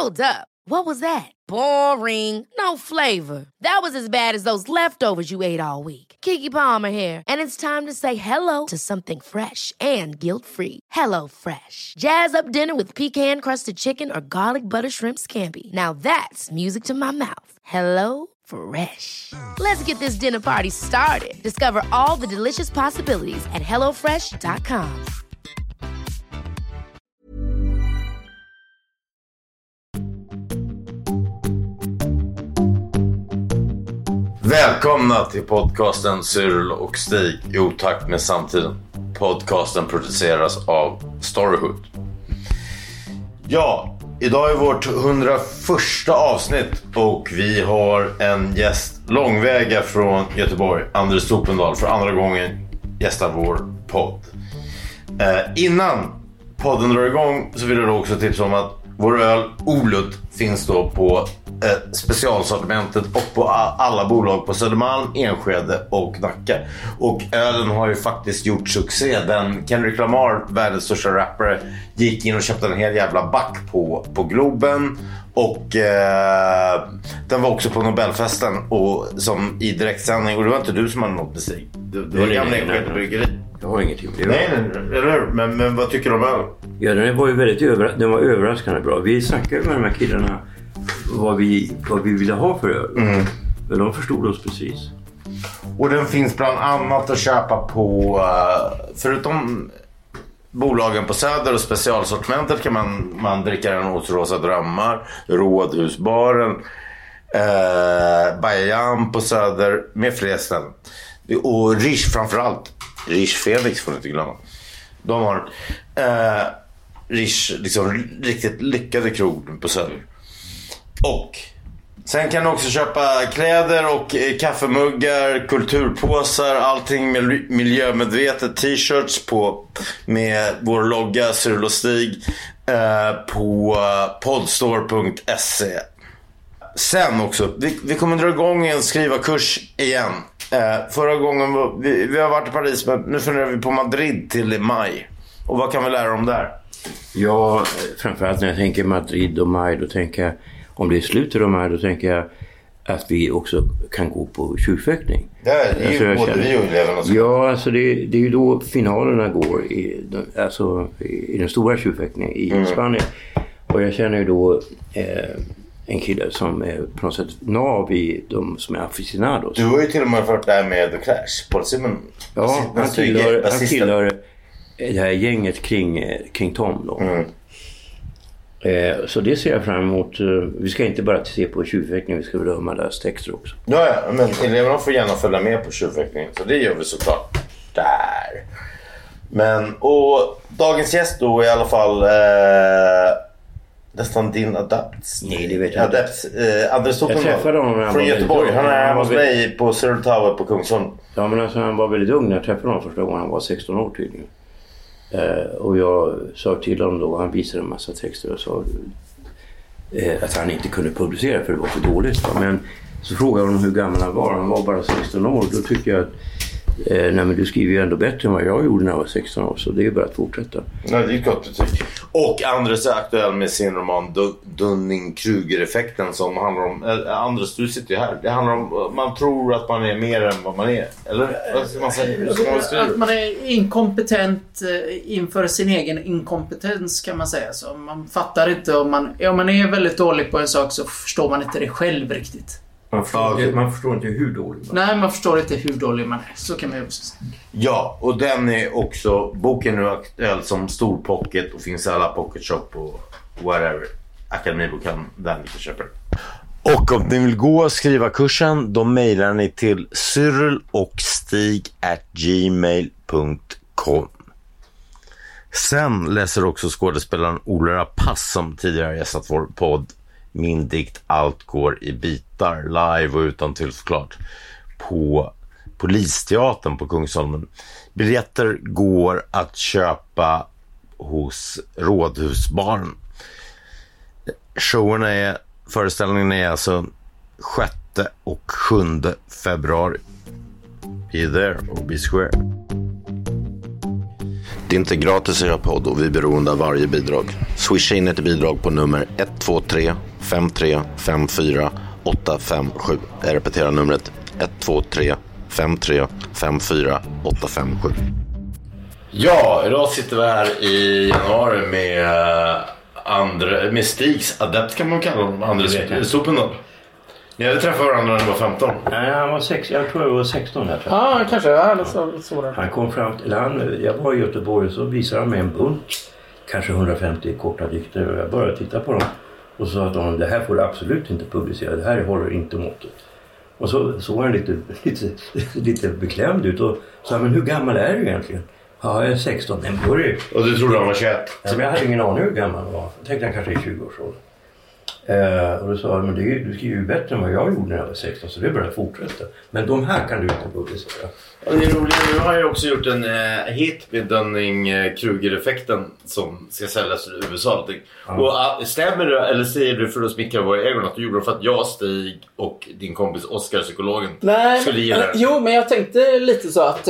Hold up. What was that? Boring. No flavor. That was as bad as those leftovers you ate all week. Keke Palmer here, and it's time to say hello to something fresh and guilt-free. Hello Fresh. Jazz up dinner with pecan-crusted chicken or garlic butter shrimp scampi. Now that's music to my mouth. Hello Fresh. Let's get this dinner party started. Discover all the delicious possibilities at hellofresh.com. Välkomna till podcasten Cyril och Stig i otakt med samtiden. Podcasten produceras av Storyhood. Ja, idag är vårt 101 avsnitt och vi har en gäst långväga från Göteborg, Anders Topendal, för andra gången gästar vår podd. Innan podden drar igång så vill jag då också tipsa om att vår öl Oludd finns då på specialsortimentet och på alla bolag på Södermalm, Enskede och Nacka. Och ölen har ju faktiskt gjort succé. Kendrick Lamar, världens största rappare, gick in och köpte en hel jävla back på Globen. Och den var också på Nobelfesten och som i direktsändning. Och det var inte du som hade något bestig. Det var gamla Enskede bryggeri. Jag har ingenting med det. Nej, eller men vad tycker du om öl? Ja, den var ju den var överraskande bra. Vi snackade med de här killarna vad vi ville ha för öl. Men de förstod oss precis. Och den finns bland annat att köpa på, förutom bolagen på Söder och specialsortimentet kan man dricka den hos Rosa Drömmar, Rådhusbaren, Bajan på Söder med fler ställen. Och Rish framförallt. Rish Felix får du inte glömma. De har Rish liksom riktigt lyckade krog på Söder. Och sen kan du också köpa kläder och kaffemuggar, kulturpåsar, allting med miljömedvetet, t-shirts med vår logga Cyril och Stig på podstore.se. Sen också, vi kommer dra igång en skrivarkurs igen. Förra gången vi har varit i Paris, men nu funderar vi på Madrid till i maj. Och vad kan vi lära om där? Ja, framförallt när jag tänker Madrid och maj, då tänker jag, om det är slutet av maj, då tänker jag att vi också kan gå på tjurfäktning. Ja, det är ju både vi och eleverna. Ja, alltså det är ju då finalerna går i den stora tjurfäktningen i Spanien. Och jag känner ju då en kille som är på något sätt nav i de som är aficionados. Du har ju till och med varit där med The Clash, Paul Simon. Ja, han tillhör det här gänget kring Tom då. Så det ser jag fram emot. Vi ska inte bara se på tjurfäktning, vi ska bedöma deras texter också. Ja, men eleverna får gärna följa med på tjurfäktning, så det gör vi såklart där. Men, och dagens gäst då är i alla fall nästan din adapt. Nej, det vet jag inte. Anders Topendal jag träffade honom från Göteborg. Han är hemma hos mig på Cyril Tower på Kungsholm. Ja, men alltså, han var väldigt ung när jag träffade honom första gången. Han var 16 år tydligen. Och jag sa till honom då, han visade en massa texter och sa att han inte kunde publicera för det var för dåligt. Men så frågade jag honom hur gammal han var bara 16 år. Då tyckte jag att nej, men du skriver ju ändå bättre än vad jag gjorde när jag var 16 år, så det är bara att fortsätta. Nej, det är gott betyg. Och Andres är aktuell med sin roman Dunning-Kruger-effekten som handlar om, Andres, du sitter ju här. Det handlar om, man tror att man är mer än vad man är, eller? Att man är inkompetent inför sin egen inkompetens, kan man säga. Så man fattar inte, om man är väldigt dålig på en sak så förstår man inte det själv riktigt. Man förstår inte hur dålig man är. Nej, man förstår inte hur dålig man är. Så kan man ju också säga. Ja, och den är också, boken är aktuell som stor pocket och finns i alla pocket shop och whatever. Akademibokhandeln, där ni kan köpa. Och om ni vill gå och skriva kursen, då mejlar ni till cyrilochstig@gmail.com. Sen läser också skådespelaren Ola Rapace, som tidigare gästat vår podd, min dikt Allt går i bitar, live och utan till såklart, på Polisteatern på Kungsholmen. Biljetter går att köpa hos Rådhusbaren. Föreställningen är alltså 6 och 7 februari. Be there or be square. Det är inte gratis att göra podd och vi är beroende av varje bidrag. Swisha in ett bidrag på nummer 123 5354 857. Jag repeterar numret 123 5354 857. Ja, idag sitter vi här i januari med Stigs adept, kan man kalla honom, Anders Stupendal. Ni hade träffat varandra när ni var 15. Nej, han var 6, jag tror jag var 16 här. Ja, kanske. Ja, så han kom fram till, jag var i Göteborg och så visade han mig en bunt, kanske 150 korta dikter, och jag började titta på dem. Och så sa att de, det här får du absolut inte publicera, det här håller inte måttet. Och så var han lite beklämd ut och sa, men hur gammal är du egentligen? Ja, jag är 16. Och du trodde han var 21? Ja, men jag hade ingen aning hur gammal han var. Jag tänkte han kanske är 20-årsåldern. Och då sa han, men du skriver ju bättre än vad jag gjorde när jag var 16, så det är bara att fortsätta. Men de här kan du inte publicera. Och det är roligt, nu har jag också gjort en hit med Dunning-Kruger-effekten som ska säljas i USA. Ja. Och stämmer det, eller säger du för att smickra våra egon att du gjorde det för att jag, Stig och din kompis Oskar, psykologen, skulle ge det? Jo, men jag tänkte lite så att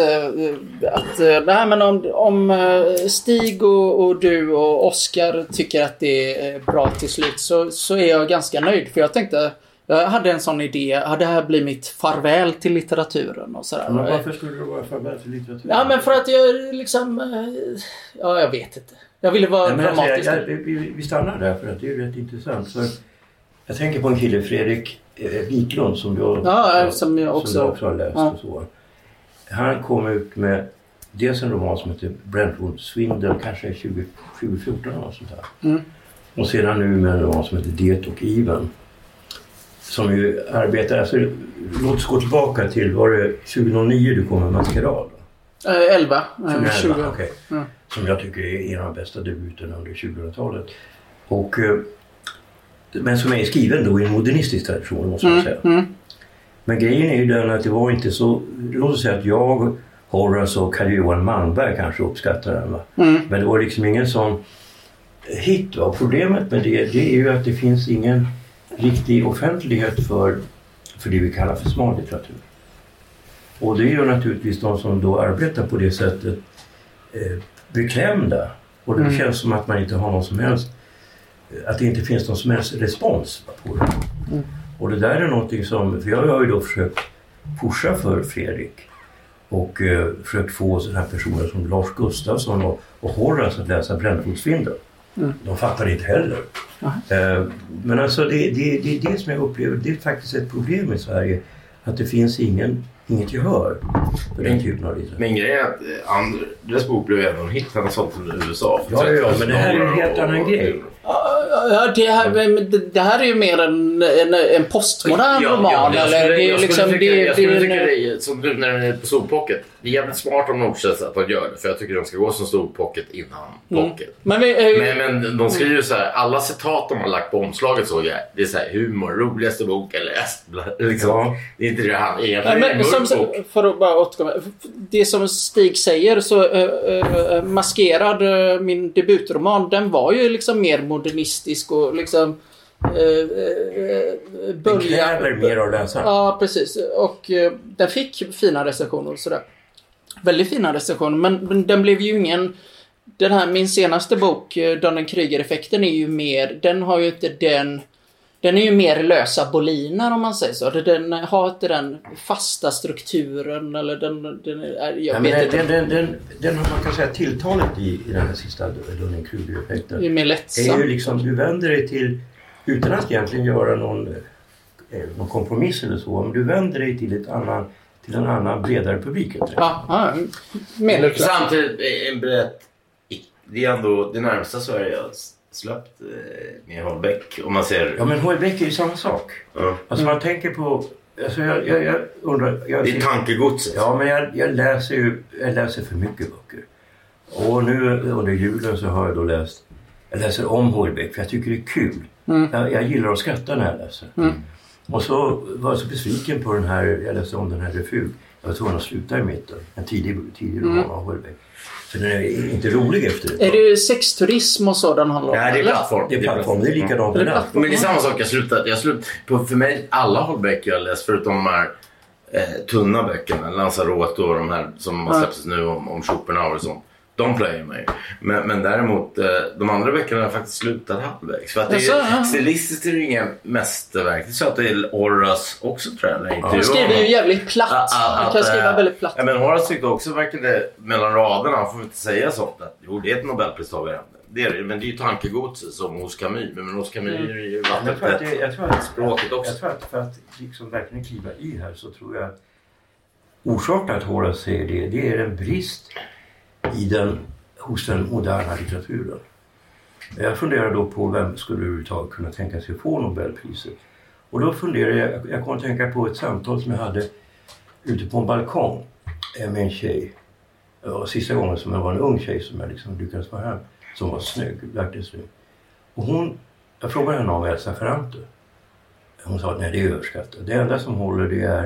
nej, men om Stig och du och Oskar tycker att det är bra till slut så är jag ganska nöjd. För jag tänkte, jag hade en sån idé, det här blir mitt farväl till litteraturen och sådär. Men varför skulle du vara farväl till litteraturen? Ja, men för att jag liksom, jag vet inte. Jag ville vara dramatisk. Vi stannar där för att det är rätt intressant. Så jag tänker på en kille, Fredrik Wiklund, som jag också har läst. Ja. Och så. Han kom ut med dels en roman som heter Brentwood Swindle, kanske 2014 eller sånt här. Mm. Och sedan nu med en roman som heter Det och Iven. Som ju arbetar, alltså låt oss gå tillbaka till, var det 2009 du kom med Maskerad? 11. 20. Okay. Mm. Som jag tycker är en av de bästa debuterna under 2000-talet. Och, men som är skriven då i en modernistisk tradition, måste man säga. Mm. Men grejen är ju den att det var inte så, låt oss säga att jag, Horace och Carl-Johan Malmberg kanske uppskattar den, va? Mm. Men det var liksom ingen sån hit, va? Problemet med det är ju att det finns ingen riktig offentlighet för det vi kallar för smal litteratur. Och det är ju naturligtvis de som då arbetar på det sättet beklämda. Och det känns som att man inte har någon som helst, att det inte finns någon som helst respons på det. Mm. Och det där är någonting som, för jag har ju då försökt pusha för Fredrik och försökt få sådana här personer som Lars Gustafsson och Horace att läsa Brentwood Swindle. Mm. De fattar inte heller. Men alltså det är det som jag upplever, det är faktiskt ett problem i Sverige, att det finns inget gehör för den typen av litteratur. Men grejen är att Andres bok blev även en hit, han har sålt till USA. Ja, men det här är en helt annan grej. Ja, det här är ju mer en postmodern roman. Jag skulle tycka det, som du när den är på Solpocket. Det är jävligt smart om Nordsjö att de gör det. För jag tycker de ska gå som Solpocket innan Pocket. Men de skriver ju så här, alla citat de har lagt på omslaget så det är så här, humor, roligaste bok eller liksom. Ja. Det är inte det han är. För att bara återkomma, det som Stig säger, så Maskerad, min debutroman, den var ju liksom mer modernistisk och liksom böljar mer att läsa. Ja, precis. Och den fick fina recensioner och sådär. Väldigt fina recensioner, men den blev ju ingen, den här min senaste bok, Dunning-Kruger-effekten, är ju mer, den har ju inte den är ju mer lösa boliner, om man säger så. Den har inte den fasta strukturen, eller den är, jag vet inte. Den har man kan säga tilltalet i den här sista Dunning-Kruger-effekten. Det är mer lättsamt. Är ju liksom, du vänder dig till, utan att egentligen göra någon kompromiss eller så, men du vänder dig till en annan bredare publik. Samtidigt en brett, det är ändå det närmsta Sverige släppt med Holbeck, om man ser. Ja, men Holbeck är ju samma sak. Ja. Alltså man tänker på, alltså jag undrar, det är tankegodset. Ja, men jag läser för mycket böcker. Och nu under julen så har jag då läser om Holbeck, för jag tycker det är kul. Jag gillar att skratta när jag läser. Och så var jag så besviken på den här, jag läste om den här Refug. Jag var tvungen att sluta i mitten. En tidig roman av Holbeck. Så den är inte rolig efter det. Är det sexturism och sådan handlar om? Nej, det är plattform. Det är likadant. Men det är samma sak. Jag slutat för mig, alla Holbeck jag har läst, förutom de här tunna böckerna, Lanzarote och de här som har släppts nu om Schopenhauer och sånt. De plöjer mig. Men däremot, de andra böckerna har jag faktiskt slutat halvvägs. För att det är, stilistiskt är det inga mästerverk. Det är så att det är Horace också, tror jag. Han skriver ju jävligt platt. Han kan skriva väldigt platt. Ja, men Horace tyckte också verkligen mellan raderna, han får inte säga sånt. Att, jo, det är ett Nobelpristagare. Det är det, men det är ju tankegodset som hos Camus. Men hos Camus är det ju jag tror att språket också. Jag tror att för att liksom verkligen kliva i här så tror jag att orsaken att Horace säger det är en brist hos den moderna litteraturen. Jag funderar då på vem skulle överhuvudtaget kunna tänka sig få Nobelpriset. Och då funderar jag kommer att tänka på ett samtal som jag hade ute på en balkong med en tjej. Det var sista gången som jag var en ung tjej som jag liksom lyckades vara här. Som var snygg, verkligen snygg. Och jag frågade henne om Elsa Ferrante. Hon sa att nej, det är överskattat. Det enda som håller det är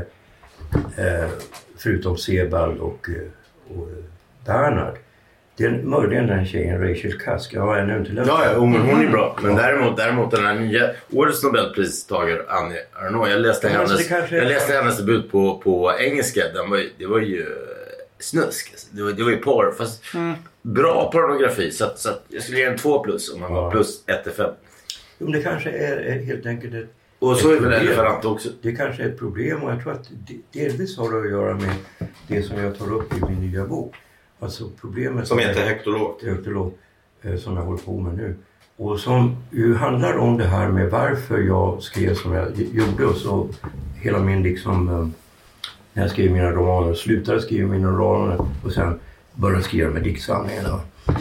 förutom Sebald och Bernhard. Det är möjligen den tjejen Rachel Cusk. Jag har ännu inte läst. Ja, men hon är bra. Men däremot den här nya årets Nobelpristagare Annie Ernaux. Jag läste hennes debut på engelska. Det var ju snusk. Det var ju porr. Fast bra pornografi. Så att jag skulle ge en 2+ om man var plus 1-5. Jo, men det kanske är helt enkelt och så är det Ferrant också. Det kanske är ett problem och jag tror att delvis har det att göra med det som jag tar upp i min nya bok. Alltså problemet som heter Högt och lågt som jag håller på med nu. Och som ju handlar om det här med varför jag skrev som jag gjorde och så hela min liksom när jag skrev mina romaner slutade skriva mina romaner och sen började skriva med diktsamlingarna.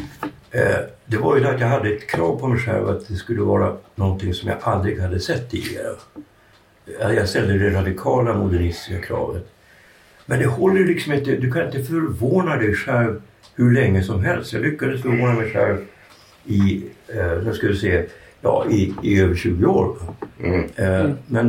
Det var ju att jag hade ett krav på mig själv att det skulle vara någonting som jag aldrig hade sett tidigare. Jag ställde det radikala modernistiska kravet. Men det håller liksom inte, du kan inte förvåna dig själv hur länge som helst. Jag lyckades förvåna mig själv i över 20 år. Men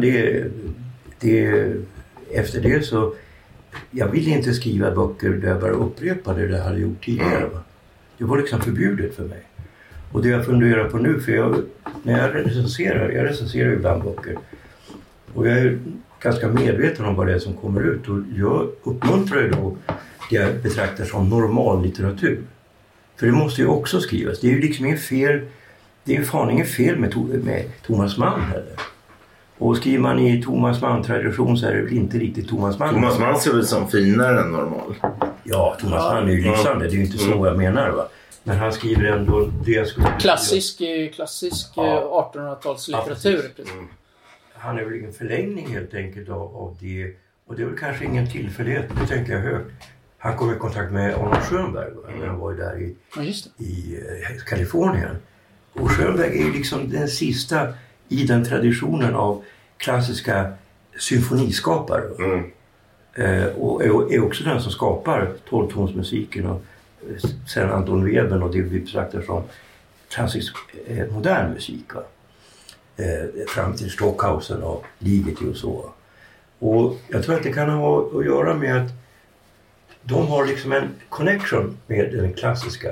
efter det så, jag ville inte skriva böcker där jag bara upprepade det jag hade gjort tidigare. Det var liksom förbjudet för mig. Och det jag funderar på nu, för när jag recenserar ibland böcker. Och jag är ganska medveten om vad det är som kommer ut. Och jag uppmuntrar ju då det jag betraktar som normal litteratur. För det måste ju också skrivas. Det är ju liksom inget fel. Det är ju fan inget fel med Thomas Mann heller. Och skriver man i Thomas Mann-tradition så är det väl inte riktigt Thomas Mann. Thomas Mann ser väl som finare än normal. Ja, Thomas Mann är ju lysande. Det är ju inte så jag menar, va. Men han skriver ändå det jag skulle... Klassisk 1800-talslitteratur. Han är väl en förlängning helt enkelt av det. Och det är väl kanske ingen tillfällighet. Det tänker jag högt. Han kom i kontakt med Arnold Schönberg. När han var ju där i Kalifornien. Och Schönberg är ju liksom den sista i den traditionen av klassiska symfoniskapare. Och är också den som skapar 12-tonsmusiken och sen Anton Webern och det vi betraktar som klassisk modern musik, va? Fram till Stockhausen och Ligeti och så. Och jag tror att det kan ha att göra med att de har liksom en connection med den klassiska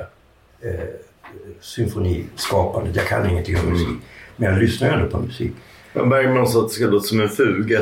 symfoniskapandet. Jag kan ingenting om musik, men jag lyssnar ändå på musik. Men Bergman sa att det ska låta som en fuga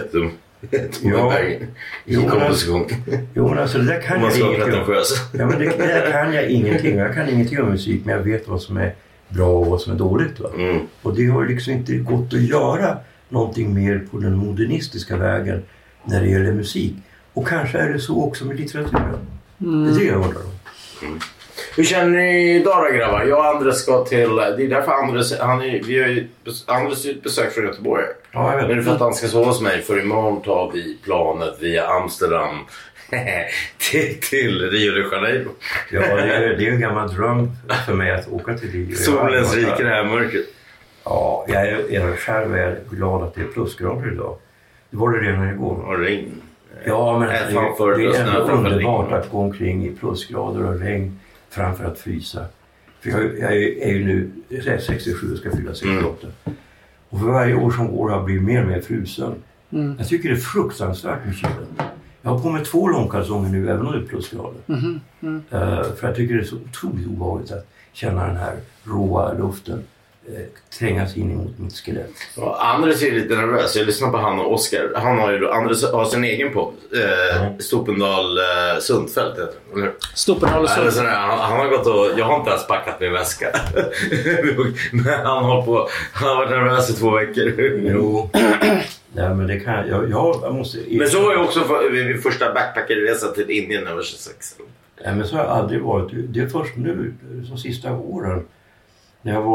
i komposition. Jo, men alltså det där kan jag ingenting om. Ja, men det där kan jag ingenting. Jag kan ingenting om musik, men jag vet vad som är bra och vad som är dåligt, va? Och det har liksom inte gått att göra någonting mer på den modernistiska vägen när det gäller musik. Och kanske är det så också med litteraturen. Det är det jag undrar om. Hur känner ni idag då, grabbar? Jag och Andres ska till... Det är därför Andres... Vi har ju Andres besök från Göteborg. Ja, jag vet. Men det är för att han ska sova hos mig. För imorgon tar vi planet via Amsterdam till Rio de Janeiro. Ja, det är en gammal dröm för mig att åka till Rio. Solens rike, det här mörkret. Ja, jag är själv glad att det är plusgrader idag. Det var det redan igår. Och regn. Ja, men det är underbart att gå omkring i plusgrader och regn framför att frysa. För jag är ju nu 67 och ska fylla 68. Och för varje år som går har jag blivit mer och mer frusen. Jag tycker det är fruktansvärt med kylen. Jag har på mig 2 långkalsonger nu även om det är plusgrader. För jag tycker det är så otroligt obehagligt att känna den här råa luften. trängas in emot mitt skelett. Ja, Andres är lite nervös. Jag lyssnar på han och Oskar. Andres har sin egen podd. Stopendal Sundfält heter det, eller hur? Stopendal Sundfält. Han har gått och... Jag har inte ens packat min väska. Men han har varit nervös i 2 veckor. Jo. Nej, men det kan jag måste... Men så var jag också vid första backpackerresa till Indien när jag var 26. Nej, men så har jag aldrig varit. Det är först nu, de sista åren, när jag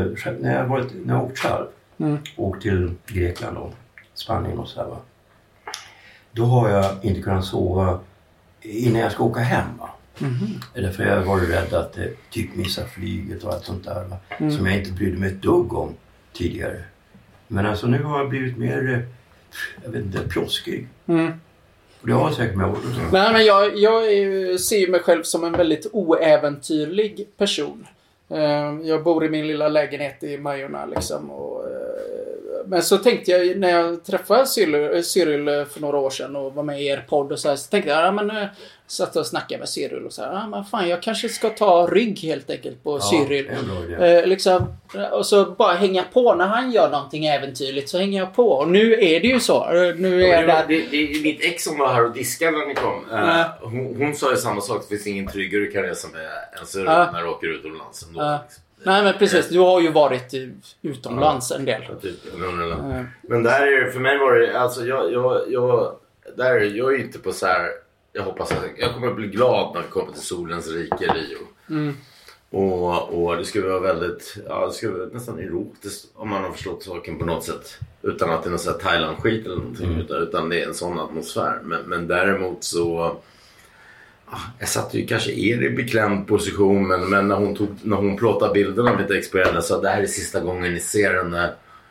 har åkt själv. Åkt till Grekland och Spanien och så här, va. Då har jag inte kunnat sova innan jag ska åka hem, va. Därför jag var rädd att typ missa flyget och allt sånt där, va. Som jag inte brydde mig ett dugg om tidigare. Men alltså nu har jag blivit mer, jag vet inte, ploskig. Och det har säkert med året. Nej, men jag ser mig själv som en väldigt oäventyrlig person. Jag bor i min lilla lägenhet i Majorna liksom. Men så tänkte jag när jag träffade Cyril för några år sedan och var med i er podd och så tänkte jag, satt och snackade med Cyril och så här, men fan, jag kanske ska ta rygg helt enkelt på Cyril. Liksom, och så bara hänga på när han gör någonting äventyrligt, så hänger jag på. Och nu är det ju så. Nu är det är mitt ex som var här och diskade när ni kom. Hon sa ju samma sak. Det finns ingen tryggare du kan resa med än när du åker utomlands. Nej, men precis. Du har ju varit utomlands en del. Men där är för mig var det, alltså jag är ju inte på så här. Jag hoppas att jag kommer att bli glad när jag kommer till solens rike Rio. Och det skulle vara väldigt, det skulle vara nästan erotiskt om man har förstått saken på något sätt. Utan att det är någon sån här Thailand-skit eller någonting. Utan det är en sån atmosfär. Men däremot så... Jag satt ju kanske i beklämd position, men när hon plåtade bilden av mitt experiment så det här är sista gången ni ser den.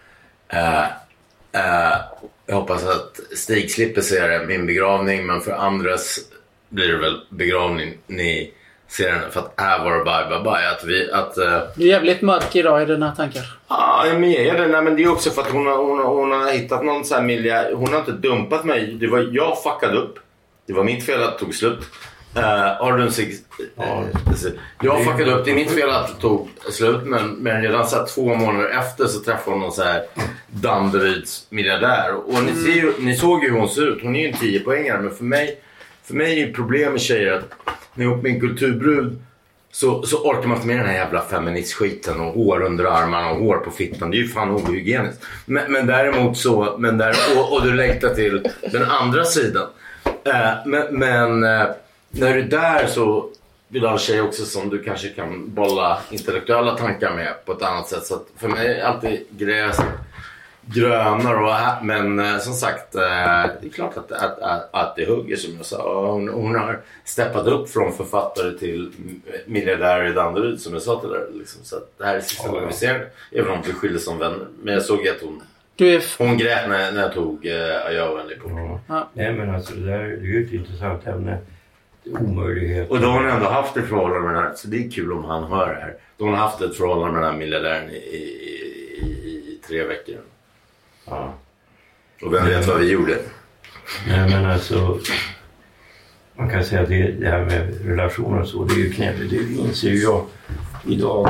Jag hoppas att Stig slipper se min begravning, men för andras blir det väl begravning ni ser den, för att här var det bye. Du är jävligt mörk idag i dina tankar. Ja, men jag är det. Nej, men det är också för att hon har hittat någon så här hon har inte dumpat mig. Det var jag fuckade upp. Det var mitt fel att det tog slut. Har du en jag fuckade upp, det är mitt fel att det tog slut, men redan så 2 månader efter så träffade hon någon så här Danderyds miljardär. Och ni såg ju hur hon ser ut. Hon är ju en 10-poängare, men för mig är problem med tjejer att när jag är uppe med en kulturbrud så orkar man inte med den här jävla feministskiten och hår under armarna och hår på fittan. Det är ju fan ohygieniskt. Men däremot så och du längtar till den andra sidan. Men när du är där så vill du ha en tjej också som du kanske kan bolla intellektuella tankar med på ett annat sätt. Så att för mig är alltid gräs grönare. Men som sagt, det är klart att det hugger, som jag sa. Hon har steppat upp från författare till miljardär i Danderyd, som jag sa till där. Liksom. Så att det här är sista gången vi ser, även om vi skiljer som vänner. Men jag såg att hon grät när jag tog jag på. Nej, men alltså det är ju ett intressant ämne. Omöjlighet. Och då har hon ändå haft ett förhållande med den här, så det är kul om han hör det här. Då har hon haft ett förhållande med den här miljardären i 3 veckor. Ja. Och vem vet vad vi gjorde? Nej, men alltså man kan säga att det här med relationer och så, det är ju knäppigt. Det inser ju jag idag.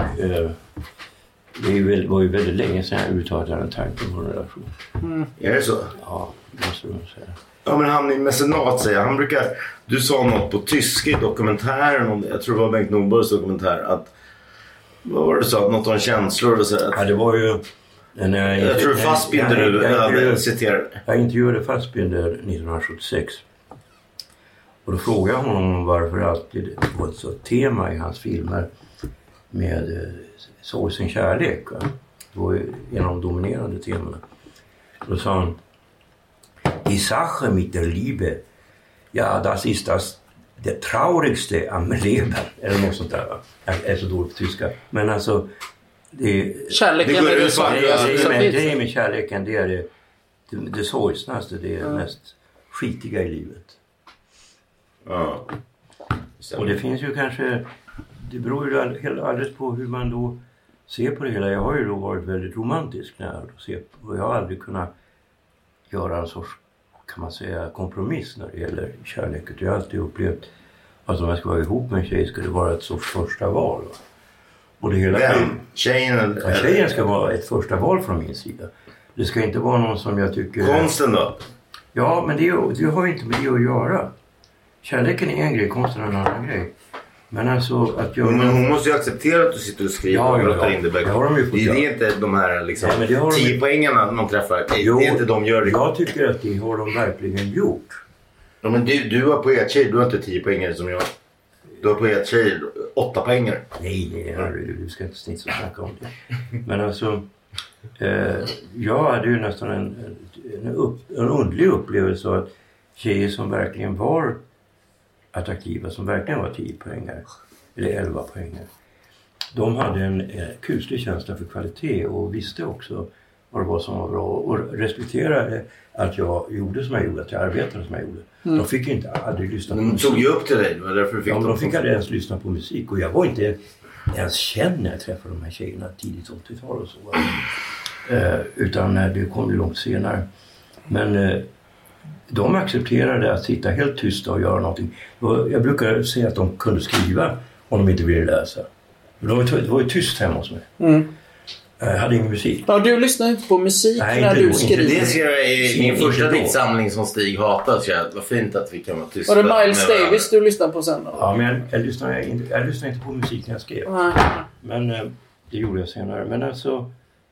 Det var ju väldigt länge sedan jag uttalade den tanken på en relation. Är det så? Ja, det måste man säga. Ja, men han är mecenat, säger han. Du sa något på tyska i dokumentären, jag tror det var Bengt Norbergs dokumentär, att vad var det du sa? Något om känslor och så. Ja, det var ju... Jag tror Fassbinder jag intervjuade Fassbinder 1976. Och då frågade jag honom varför alltid det var ett så tema i hans filmer med sorgsen kärlek. Va? Det var ju en av de dominerande temana. Då sa han: Die Sache mit der Liebe, ja, das ist det traurigste am Leben. Eller något sånt där, va? Jag är så dålig på tyska. Men alltså, kärleken är det det med kärleken, det är det sorgsnaste, det är mest skitiga i livet. Ja. Och det finns ju kanske, det beror ju alldeles på hur man då ser på det hela. Jag har ju då varit väldigt romantisk när jag ser på, och jag har aldrig kunnat göra en sorts, kan man säga, kompromiss när det gäller kärleken. Jag har alltid upplevt att om jag ska vara ihop med en tjej ska det vara ett sorts första val. Va? Både hela Tjejen? Tjejen ska vara ett första val från min sida. Det ska inte vara någon som jag tycker... Konsten då? Ja, men det har inte med det att göra. Kärleken är en grej, konsten är en annan grej. Men alltså att jag... Men hon måste ju acceptera att du sitter och skriver och tar in det. Det har de ju fått göra. Det är inte de här liksom, nej, 10 poängarna man träffar. Jo, det är inte de gör det. Jag tycker att det har de verkligen gjort. Ja, men du har på ert tjej, du har inte 10 poängare som jag. Du har på ert tjej 8 poängare. Nej, du ska inte snitsa och snacka om det. Men alltså, jag hade ju nästan en underlig upplevelse av att tjejer som verkligen var attraktiva, som verkligen var 10 poängare eller 11 poängare. De hade en kuslig känsla för kvalitet och visste också vad det var som var bra och respekterade att jag gjorde som jag gjorde, att jag arbetade som jag gjorde. De fick inte aldrig lyssna på musik. De tog ju upp till dig, därför fick de fick aldrig ens lyssna på musik och jag var inte ens känd när jag träffade de här tjejerna tidigt 80-tal och så. Utan det kom ju långt senare. Men de accepterade att sitta helt tysta och göra någonting. Jag brukar säga att de kunde skriva om de inte ville läsa. Det var ju tyst hemma hos mig. Jag hade ingen musik. Ja, du lyssnar inte på musik när du skriver. Det ser jag i min första diktsamling som Stig hatar. Så vad fint att vi kan vara tysta. Var det Miles Davis du lyssnade på sen då? Ja, men jag lyssnade inte på musik när jag skrev. Men det gjorde jag senare. Men alltså...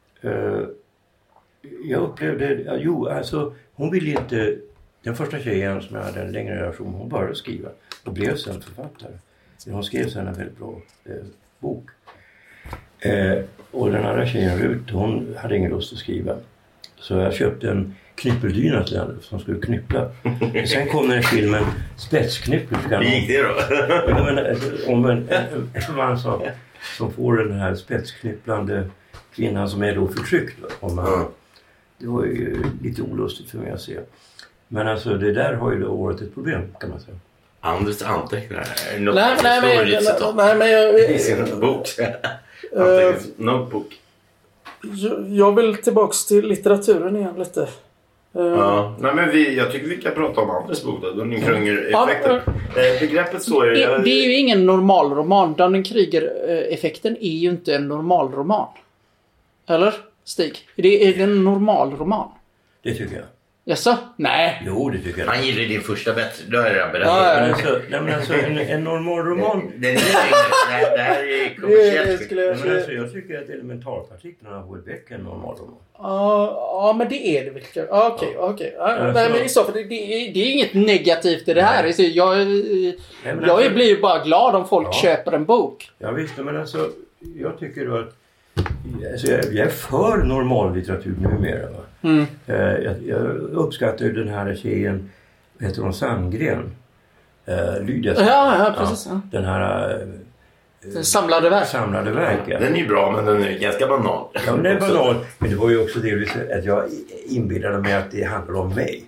jag upplevde... alltså hon ville inte... Den första tjejen som jag hade en längre relation, hon började skriva. Och blev sen författare. Hon skrev sen en väldigt bra bok. Och den andra tjejen Rut, hon hade ingen lust att skriva. Så jag köpte en knyppeldyna till henne som skulle knyppla. Sen kom den här filmen Spetsknyppel. Hur gick det då? Om en man som får den här spetsknypplande kvinnan som är då förtryckt. Det var ju lite olustigt för mig att se. Men alltså det där har ju då varit ett problem kan man säga. Anders antecknar. Nej, men jag... I sin bok. Notebook. Jag vill tillbaks till litteraturen igen lite. Ja, nej men jag tycker vi kan prata om Anders bok då. Dunning-Kruger-effekten. Begreppet står ju... Det är ju ingen normal roman. Dunning-Kruger-effekten är ju inte en normal roman. Eller, Stig? Är det en normal roman? Det tycker jag. Jaså? Nej. Jo, det tycker jag. Han gillar din första bättre. Då är det berättat. Men alltså en normal roman. Det här är kommersiellt. Jag tycker att elementarpartiklarna av Houellebecq är en normal roman. Ja, men det är det väl. Okej. Nej, men i så fall, det är inget negativt i det här. Jag blir ju bara glad om folk köper en bok. Ja visst, men alltså jag tycker då att jag är för normal litteratur numera. Va? Jag uppskattar ju den här tjejen, heter hon Sandgren? Lydia. Ja, precis. Ja. Den här samlade verk. Ja. Den är ju bra, men den är ganska banal. Ja, men den är banal. Men det var ju också delvis att jag inbillade mig att det handlar om mig.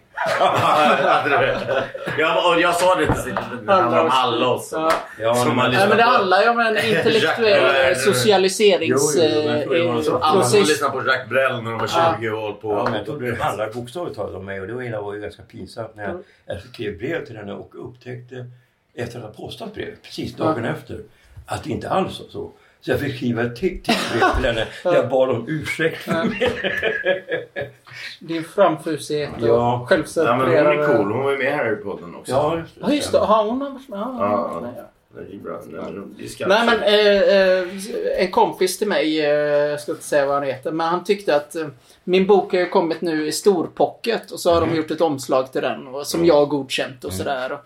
Jag sa det till det handlar om alla oss. Men det handlar ju om en intellektuell socialiseringsprocess. Alla lyssnar på Jacques Brel när de var 20 år på. Ja, men det handlar bokstavligt talat om mig. Och det var ju ganska pinsamt när jag skrev brev till henne och upptäckte efter att ha postat brev precis dagen efter att det inte alls var så. Så jag fick skriva ett till brev till henne. Jag bad om ursäkt. Din framfusighet och självcentrerade... Ja, men hon är cool. Hon var ju med här i podden också. Ja, just det. Har hon varit med? Ja. Det är bra. Nej, men en kompis till mig, jag ska inte säga vad han heter, men han tyckte att min bok har kommit nu i storpocket och så har de gjort ett omslag till den som jag har godkänt och sådär.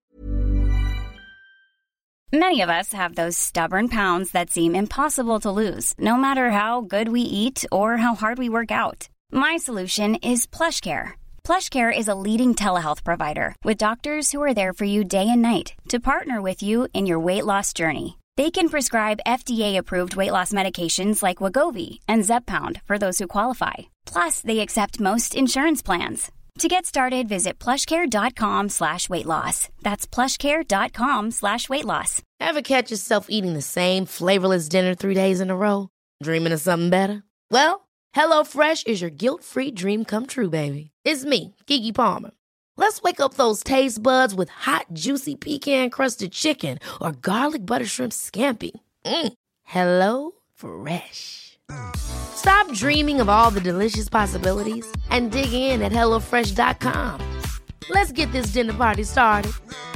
Many of us have those stubborn pounds that seem impossible to lose, no matter how good we eat or how hard we work out. My solution is PlushCare. PlushCare is a leading telehealth provider with doctors who are there for you day and night to partner with you in your weight loss journey. They can prescribe FDA-approved weight loss medications like Wegovy and Zepbound for those who qualify. Plus, they accept most insurance plans. To get started, visit plushcare.com/weightloss. That's plushcare.com/weightloss. Ever catch yourself eating the same flavorless dinner 3 days in a row? Dreaming of something better? Well, HelloFresh is your guilt-free dream come true, baby. It's me, Keke Palmer. Let's wake up those taste buds with hot, juicy pecan-crusted chicken or garlic butter shrimp scampi. Hello Fresh. Stop dreaming of all the delicious possibilities and dig in at HelloFresh.com. Let's get this dinner party started.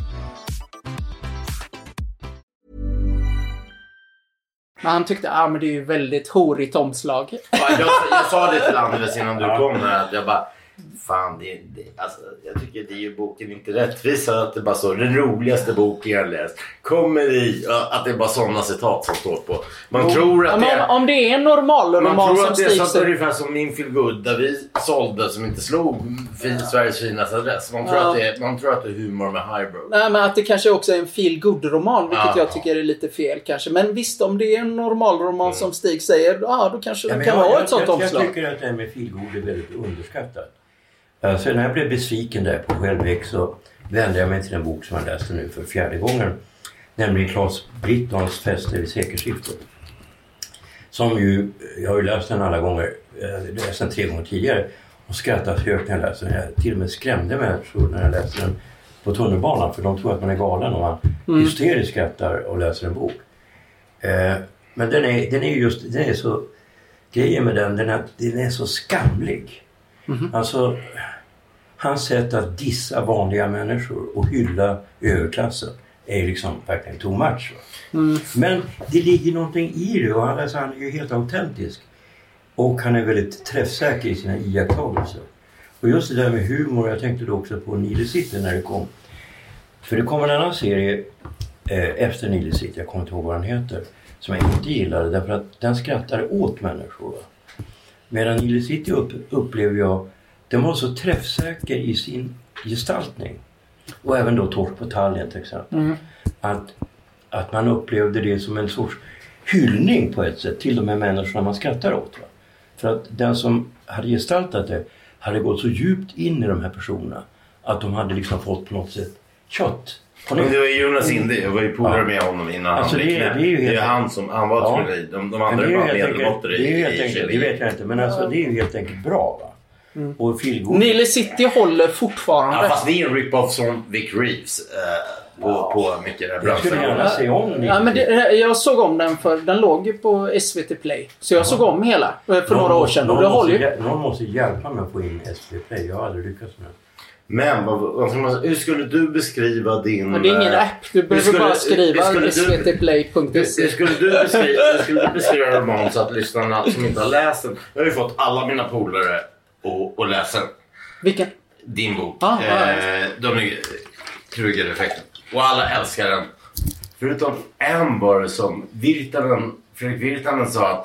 Men han tyckte, men det är ju väldigt horigt omslag. Ja, jag sa det till Anders innan du kom här, att jag bara, fan, alltså, jag tycker det är ju boken inte rättvisa att det bara så, den roligaste boken jag läst kommer i, att det är bara sådana citat som står på. Man tror att det är, om det är en normal roman, man tror som att det är Stig så ungefär som min Feel Good där vi sålde som inte slog Sveriges finaste adress. Man tror att det är humor med highbrow. Nej, men att det kanske också är en feel good roman, vilket jag tycker är lite fel kanske. Men visst, om det är en normal roman som Stig säger, då kanske det kan vara ett sånt omslag. Jag tycker att det här med feel good är väldigt underskattat. Alltså när jag blev besviken där på Självväck så vände jag mig till en bok som jag läste nu för 4:e gången. Nämligen Claes Brittons Fester vid sekelskiftet. Som ju, jag har ju läst den alla gånger, läst den 3 gånger tidigare. Och skrattat högt när jag läste den. Jag till och med skrämde människor när jag läste den på tunnelbanan. För de tror att man är galen om man hysteriskt skrattar och läser en bok. Men den är just, den är så, grejen med den är så skamlig. Alltså, hans sätt att dissa vanliga människor och hylla överklassen är liksom verkligen too much. Men det ligger någonting i det, och han är ju helt autentisk. Och han är väldigt träffsäker i sina iakttagelser. Och just det där med humor, jag tänkte då också på Nile City när det kom. För det kom en annan serie efter Nile City, jag kommer inte ihåg vad den heter, som jag inte gillade därför att den skrattade åt människor. Medan Nile City upplever jag, den var så träffsäker i sin gestaltning. Och även då Torsk på Tallinn till exempel. Att man upplevde det som en sorts hyllning på ett sätt till de här människorna man skrattar åt. Va? För att den som hade gestaltat det hade gått så djupt in i de här personerna att de hade liksom fått på något sätt kött. Men det var ju Jonas Indi, jag var ju polare med honom innan alltså han blev knäpp. Det är han som, han var trolleri, de andra var medelmåttor i det vet jag inte, men alltså det är ju helt enkelt bra, va? Och Nile City håller fortfarande. Ja, fast det är en rip-off som Vic Reeves på mycket där. Jag skulle gärna se om men jag såg om den för den låg ju på SVT Play. Så jag såg om hela för några år sedan. Och det håller ju. Någon måste hjälpa mig att få in SVT Play, jag har aldrig lyckats med det. Men hur skulle du beskriva din... Men det är ingen app, du behöver bara skriva svtplay.se. Hur skulle du beskriva en roman så att lyssnarna som inte har läst den... Jag har ju fått alla mina polare att läsa den. Vilken? Din bok. De är Kruger-effekten. Och alla älskar den. Förutom en bara som Fredrik Virtanen sa att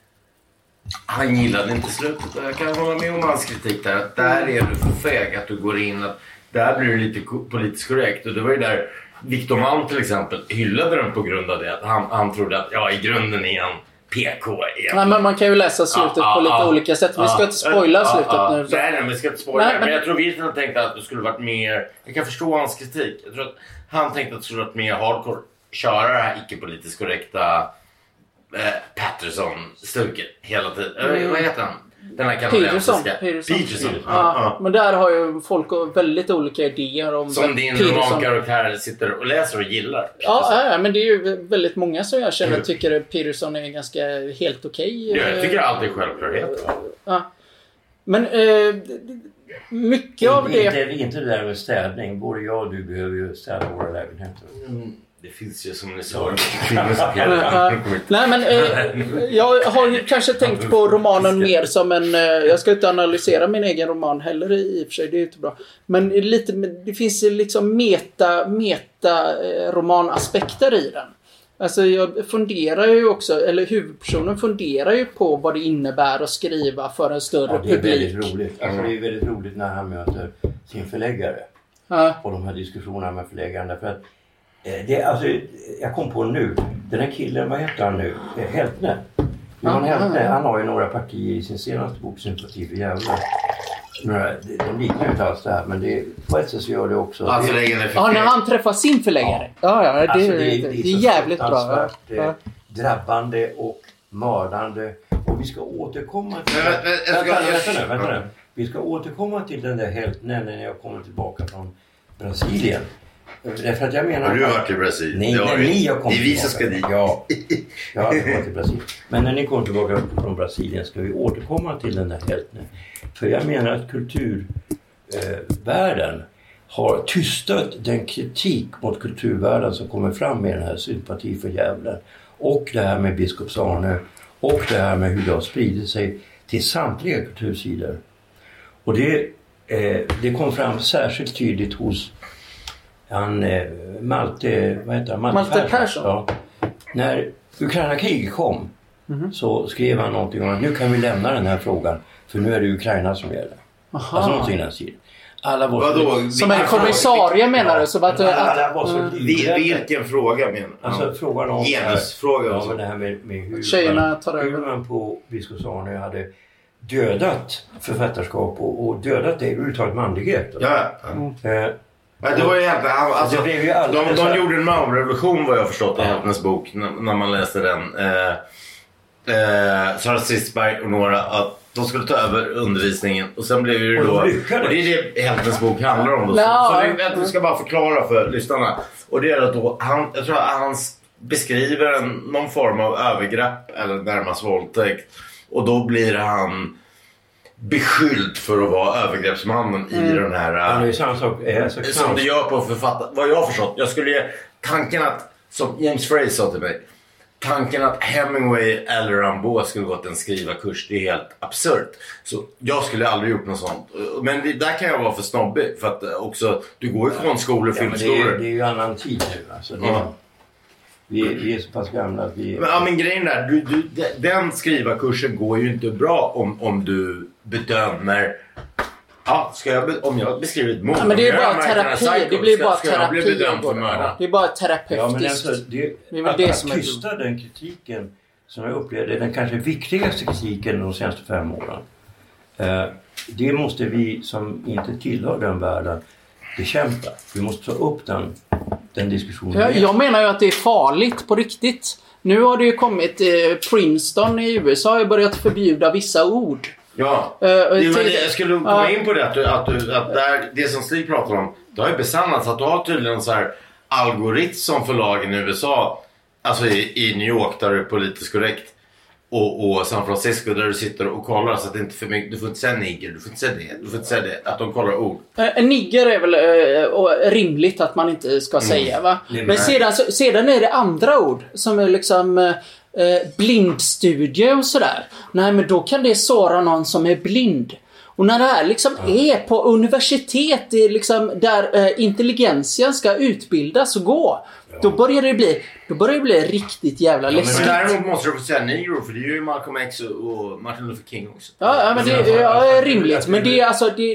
han gillade inte slutet. Jag kan hålla med om hans kritik där. Att där är du för feg att du går in. Att där blir du lite politiskt korrekt. Och det var ju där Victor Malm till exempel hyllade den på grund av det. Att han trodde att i grunden är han PK. Nej, men man kan ju läsa slutet på lite olika sätt. Vi ska inte spoila slutet nu. Nej, vi ska inte spoila. Men jag tror Virtanen tänkte att det skulle varit mer... Jag kan förstå hans kritik. Jag tror att han tänkte att det skulle varit mer hardcore. Köra det här icke-politiskt korrekta... Patterson-stuket hela tiden. Vad heter han? Den här kanadensiska Peterson. Ja. Men där har ju folk väldigt olika idéer om som din romankaraktär sitter och läser och gillar. Ja, men det är ju väldigt många som jag känner tycker att Peterson är ganska helt okej. Jag tycker alltid självklarhet. Ja. Men mycket av det... Inte det där med städning. Både jag och du behöver ju städa våra lägenheter. Det finns ju som ni sa. Nej, men jag har ju kanske tänkt på romanen mer som en... jag ska inte analysera min egen roman heller i och för sig, det är ju inte bra. Men lite, det finns liksom meta romanaspekter i den. Alltså jag funderar ju också, eller huvudpersonen funderar ju på vad det innebär att skriva för en större publik. Det är väldigt roligt. Alltså det är väldigt roligt när han möter sin förläggare. Och de här diskussionerna med förläggaren. Därför att jag kom på nu, den här killen, vad heter han nu? Heltne. Han har ju några partier i sin senaste bok, Sympati för jävlar. De liknar ju inte alls det här, men det, på ett sätt så gör det också. När han träffar sin förläggare. Det är jävligt bra. Drabbande och mördande. Och vi ska återkomma till... Vänta nu. Vi ska återkomma till den där Heltne när jag kommer tillbaka från Brasilien. Därför att jag menar... Har du varit i Brasilien? Nej, när ni har kommit det är vi som ska dit. Ja, jag har inte varit i Brasilien. Men när ni kommer tillbaka från Brasilien ska vi återkomma till den här hälften. För jag menar att kulturvärlden har tystat den kritik mot kulturvärlden som kommer fram med den här sympati för djävulen. Och det här med biskops Arne. Och det här med hur det har spridit sig till samtliga kultursidor. Och det kom fram särskilt tydligt hos Malte Persson. Ja. När Ukraina-kriget kom så skrev han någonting om att nu kan vi lämna den här frågan för nu är det Ukraina som gäller. Aha. Alltså någonting den sidan. Alla var som en kommissarie menar du? Så att alla var så vilken fråga menar du? Alltså frågan om genusfrågan. Ja, men det här med hur man på biskops Arne hade dödat författarskap och dödat det överhuvudtaget manlighet. Ja. Det var egentligen alltså, de gjorde en mamrevolution vad jag förstått i hennes bok när man läste den. Sara Stridsberg och några att de skulle ta över undervisningen och sen blev det då och det är det hennes bok handlar om då. Så vi ska bara förklara för lyssnarna. Och det är att då jag tror att han beskriver någon form av övergrepp eller närmast våldtäkt och då blir han beskylld för att vara övergreppsmannen i den här det är samma sak, som det gör på författare. Vad jag har förstått, jag skulle ge tanken att, som James Frey sa till mig, tanken att Hemingway eller Rimbaud skulle gått en skrivarkurs, det är helt absurt. Så jag skulle aldrig gjort något sånt. Men där kan jag vara för snobbig för att också, du går ju från skolor och filmskolor. Det är ju annan tid nu alltså. Vi är så pass gamla att vi... Men grejen där, den skrivarkursen går ju inte bra om du bedömer... om jag beskriver ett mord... men det är bara terapi. Det blir bara terapi. Det är bara terapeutiskt. Ja, men alltså, att tysta den kritiken som jag upplevde, den kanske viktigaste kritiken de senaste 5 åren. Det måste vi som inte tillhör den världen bekämpa. Vi måste ta upp den diskussionen. Jag menar ju att det är farligt på riktigt. Nu har det ju kommit Princeton i USA har ju börjat förbjuda vissa ord. Ja, jag skulle komma in på det att där, det som Stig pratar om, det har ju besannats att du har tydligen så här algoritm som förlagen i USA, alltså i New York där det är politiskt korrekt och San Francisco där du sitter och kollar så att det inte för mycket, du får inte säga nigger, du får inte säga det, att de kollar ord. Nigger är väl rimligt att man inte ska säga va? Men sedan är det andra ord som är liksom blindstudie och sådär. Nej, men då kan det såra någon som är blind. Och när det här liksom är på universitet, det är liksom där intelligentian ska utbildas och gå, då börjar det bli riktigt jävla läskigt. Men däremot måste du få säga negro, för det är ju Malcolm X och Martin Luther King också. Ja, men det är rimligt. Men det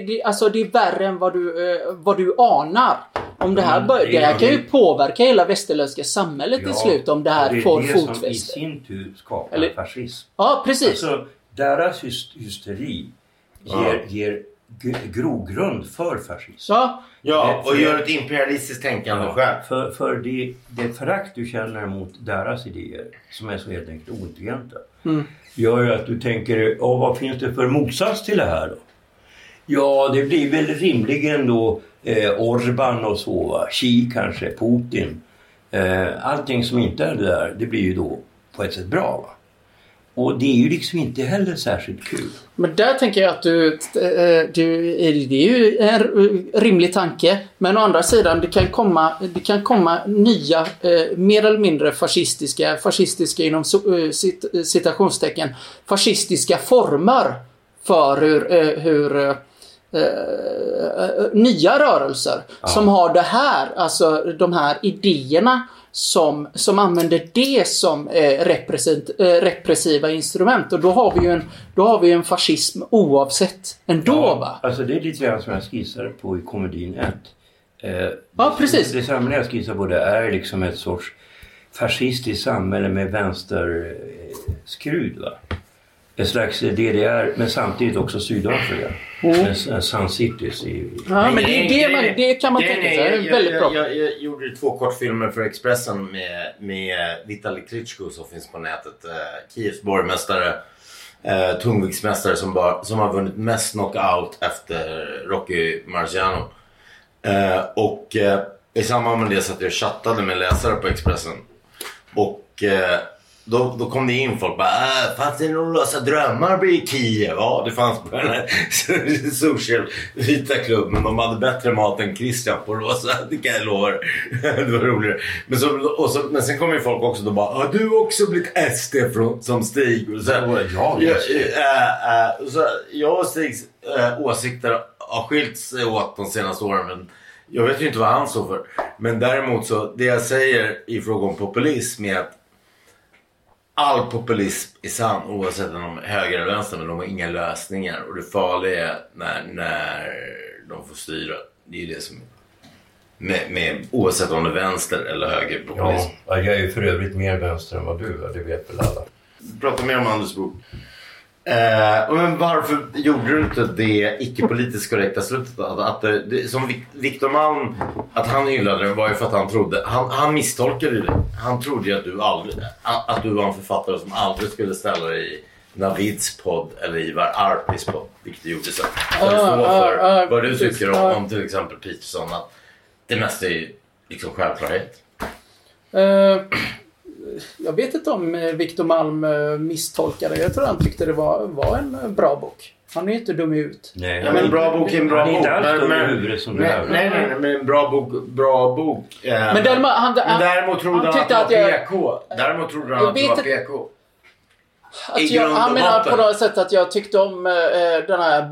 är värre än vad du anar. Om det här kan ju påverka hela västerländska samhället till slut om det här får fotfäste. Det är det som i sin tur skapar fascism. Ja, precis. Alltså, deras hysteri ger grogrund för fascism. Ja, och gör ett imperialistiskt tänkande själv. För det förakt du känner mot deras idéer, som är så helt enkelt ointelligenta, gör ju att du tänker, vad finns det för motsats till det här då? Ja, det blir väl rimligen då Orbán och så, va? Xi kanske, Putin. Allting som inte är det där, det blir ju då på ett sätt bra, va? Och det är ju liksom inte heller särskilt kul. Men där tänker jag att det är ju en rimlig tanke. Men å andra sidan, det kan komma nya, mer eller mindre fascistiska inom citationstecken, fascistiska former för hur nya rörelser som har det här, alltså de här idéerna som använder det som repressiva instrument, och då har vi en fascism oavsett ändå, va? Alltså det är lite grann som jag skissar på i komedin 1. Ja, precis. Det samhälle jag skissar på, det är liksom ett sorts fascistiskt samhälle med vänsterskrud, va? Ett slags DDR, men samtidigt också Sydafrika. Sun Cities ja, men det kan man tänka sig. Väldigt bra. Jag gjorde 2 kortfilmer för Expressen med Vitali Klitschko som finns på nätet. Kievs borgmästare, tungviktsmästare som har vunnit mest knockout efter Rocky Marciano. Och i samband med det så att jag chattade med läsare på Expressen. Och då kom det in folk bara, fanns det någon lösa drömmar i Kiev? Ja, det fanns på den här social vita klubben. De hade bättre mat än Christian på Rosa, det kan jag lova. Det var roligare. Men sen kom ju folk också och bara, har du också blivit SD som Stig? Och så, så jag och Stigs åsikter har skilt sig åt de senaste åren, men jag vet ju inte vad han står för. Men däremot så, det jag säger i fråga om populism är att all populism är sann oavsett om de är höger eller vänster, men de har inga lösningar. Och det farliga är när de får styra. Det är ju det som med oavsett om det är vänster eller höger populism. Ja, jag är ju för övrigt mer vänster än vad du är, det vet väl alla. Prata mer om Anders bok. Men varför gjorde du inte det icke-politiskt korrekta slutet? Som Victor Malm, att han hyllade det var ju för att han trodde, han misstolkade det. Han trodde ju att du var en författare som aldrig skulle ställa dig i Navids podd eller Ivar Arpis podd, vilket du gjorde sen. För vad du tycker om till exempel Peterson, att det mesta är liksom självklarhet. Jag vet inte om Victor Malm misstolkade. Jag tror han tyckte det var en bra bok. Han är inte dum ut. Nej, men en bra bok är en bra bok. Inte alls dum i huvudet som det här. Nej, men en bra bok. Men däremot trodde han att det var PK. Däremot trodde han att det var PK. Han menar på något sätt att jag tyckte om den här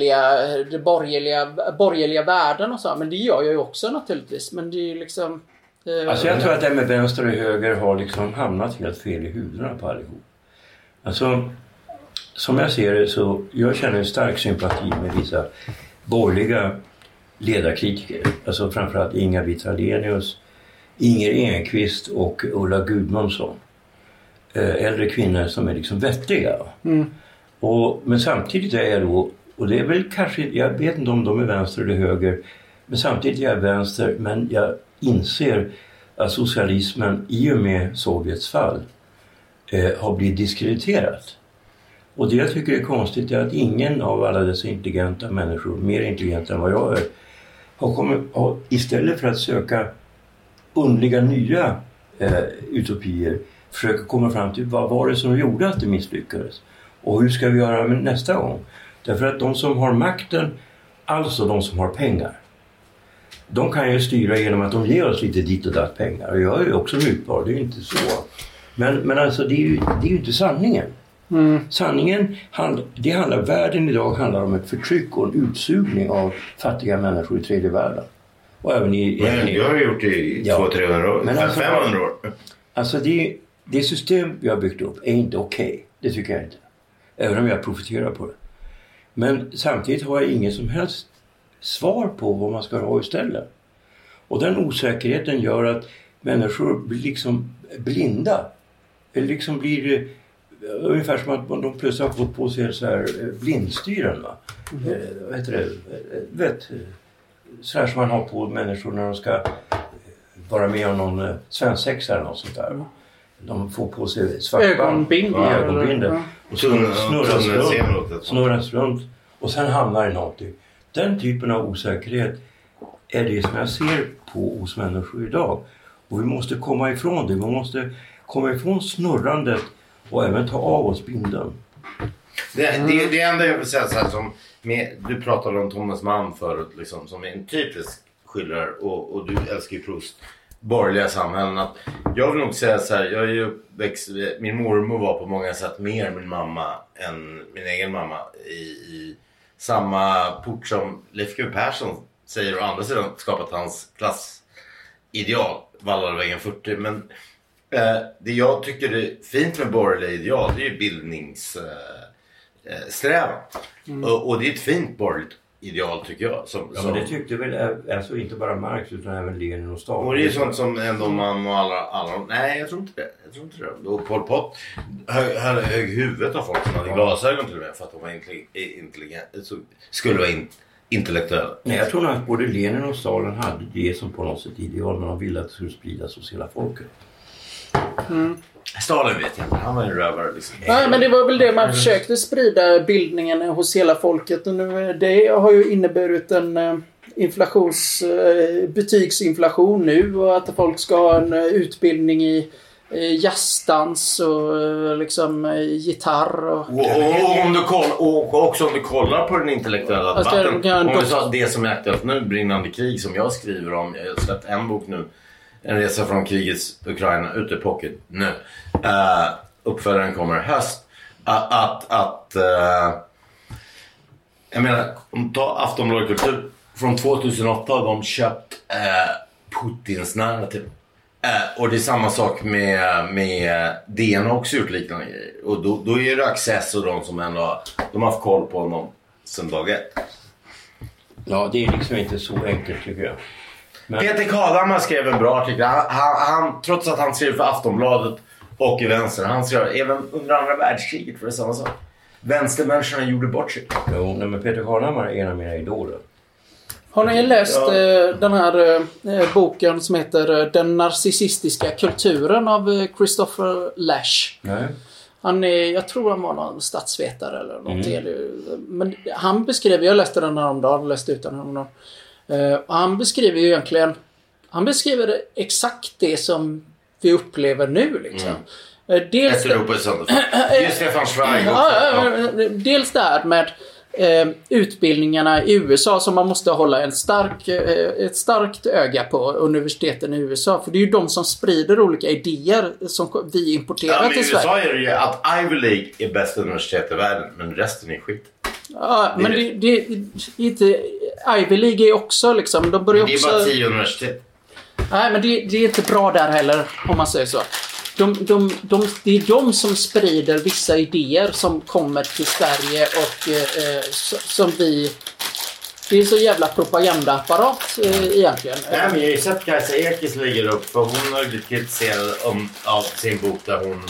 borgerliga världen och så. Men det gör jag ju också naturligtvis. Men det är ju liksom... Alltså jag tror att det med vänster och höger har liksom hamnat helt fel i huvudena på allihop. Alltså, som jag ser det så, jag känner en stark sympati med vissa borgerliga ledarkritiker. Alltså framförallt Inga-Britt Ahlenius, Inger Enqvist och Ulla Gudmundsson. Äldre kvinnor som är liksom vettiga. Men samtidigt är jag då, och det är väl kanske, jag vet inte om de är vänster eller höger, men samtidigt är jag vänster, men jag inser att socialismen i och med Sovjets fall har blivit diskrediterat. Och det jag tycker är konstigt är att ingen av alla dessa intelligenta människor, mer intelligenta än vad jag är, har istället för att söka underliga nya utopier försöka komma fram till vad var det som gjorde att det misslyckades. Och hur ska vi göra med nästa gång? Därför att de som har makten, alltså de som har pengar, de kan ju styra genom att de ger oss lite dit och datt pengar. Och jag är ju också mutbar, det är ju inte så. Men alltså det är ju inte sanningen. Sanningen, det handlar, världen idag handlar om ett förtryck och en utsugning av fattiga människor i tredje världen. Och även jag har gjort det i 200-300 år, men alltså, 500 år. Alltså det system vi har byggt upp är inte okej. Det tycker jag inte. Även om jag profiterar på det. Men samtidigt har jag ingen som helst svar på vad man ska ha istället. Och den osäkerheten gör att människor blir liksom blinda. Eller liksom blir ungefär som att de plötsligt har fått på sig så här blindstyren. Vad heter det? Så här som man har på människor när de ska vara med om någon svensexa eller något sånt där. De får på sig ögonbindel och snurras runt och sen hamnar i någonting. Den typen av osäkerhet är det som jag ser på hos människor idag. Och vi måste komma ifrån det. Vi måste komma ifrån snurrandet och även ta av oss bindeln. Det enda jag vill säga så här, som du pratade om Thomas Mann förut liksom, som är en typisk skildrare och du älskar ju Proust, borgerliga samhällen. Att jag vill nog säga så här, jag är ju uppväxt, min mormor var på många sätt mer min mamma än min egen mamma i samma port som Leif G.W. Persson säger, och andra sidan skapat hans klassideal, Vallarvägen 40. Men det jag tycker är fint med borgerliga ideal, det är ju bildningssträvan. Och det är ett fint borgerligt ideal tycker jag. Men det tyckte väl alltså inte bara Marx utan även Lenin och Stalin. Och det är sånt som ändå man och alla nej, jag tror inte det. Och Pol Pot hög huvudet av folk som hade glasögon till och med för att de var intelligent, skulle vara intellektuella. Nej, jag tror att både Lenin och Stalin hade det som på något sätt ideal, men de ville att det skulle spridas hos hela folket. Stalin vet jag inte, han var en rövare liksom. Nej, men det var väl det man försökte sprida bildningen hos hela folket, och nu det har ju inneburit betygsinflation nu och att folk ska ha en utbildning i jazzdans och liksom gitarr och också om du kollar på den intellektuella debatten. Om vi sa det som är aktuellt nu, brinnande krig som jag skriver om. Jag har släppt en bok nu, En resa från krigets Ukraina, ute i pocket nu. Uppföljaren kommer höst. Jag menar, ta Aftonbladet Kultur från 2008 har de köpt Putins narrativ. Och det är samma sak med DN också gjort liknande grejer. Och då är det Access och de som ändå de har haft koll på honom sedan dag ett. Ja, det är liksom inte så enkelt tycker jag. Men... Peter Kadhammar skrev en bra artikel. Han, trots att han skrev för Aftonbladet och i vänster, han skrev även under andra världskriget för det samma sak. Vänstermänniskorna gjorde bort sig. Jo, men Peter Kadhammar är en av mina idoler. Har ni läst den här boken som heter Den narcissistiska kulturen av Christopher Lasch? Nej. Jag tror han var någon statsvetare eller något. Men han beskriver, jag läste den häromdagen, läste ut den häromdagen. Han beskriver ju egentligen, han beskriver exakt det som vi upplever nu liksom. Dels Stefan Zweig dels där med utbildningarna i USA som man måste hålla ett starkt öga på universiteten i USA, för det är ju de som sprider olika idéer som vi importerar till Sverige. USA är det ju att Ivy League är bästa universitet i världen, men resten är skit. Ja, men det är inte Ivy League är också liksom, de börjar också... Det är bara 10 universitet. Nej, men det är inte bra där heller, om man säger så. Det är de som sprider vissa idéer som kommer till Sverige och som vi... Det är så jävla propagandaapparat egentligen. Nej, men jag har ju sett Kajsa Ekis lägger upp, för hon har blivit kritiserad av sin bok där hon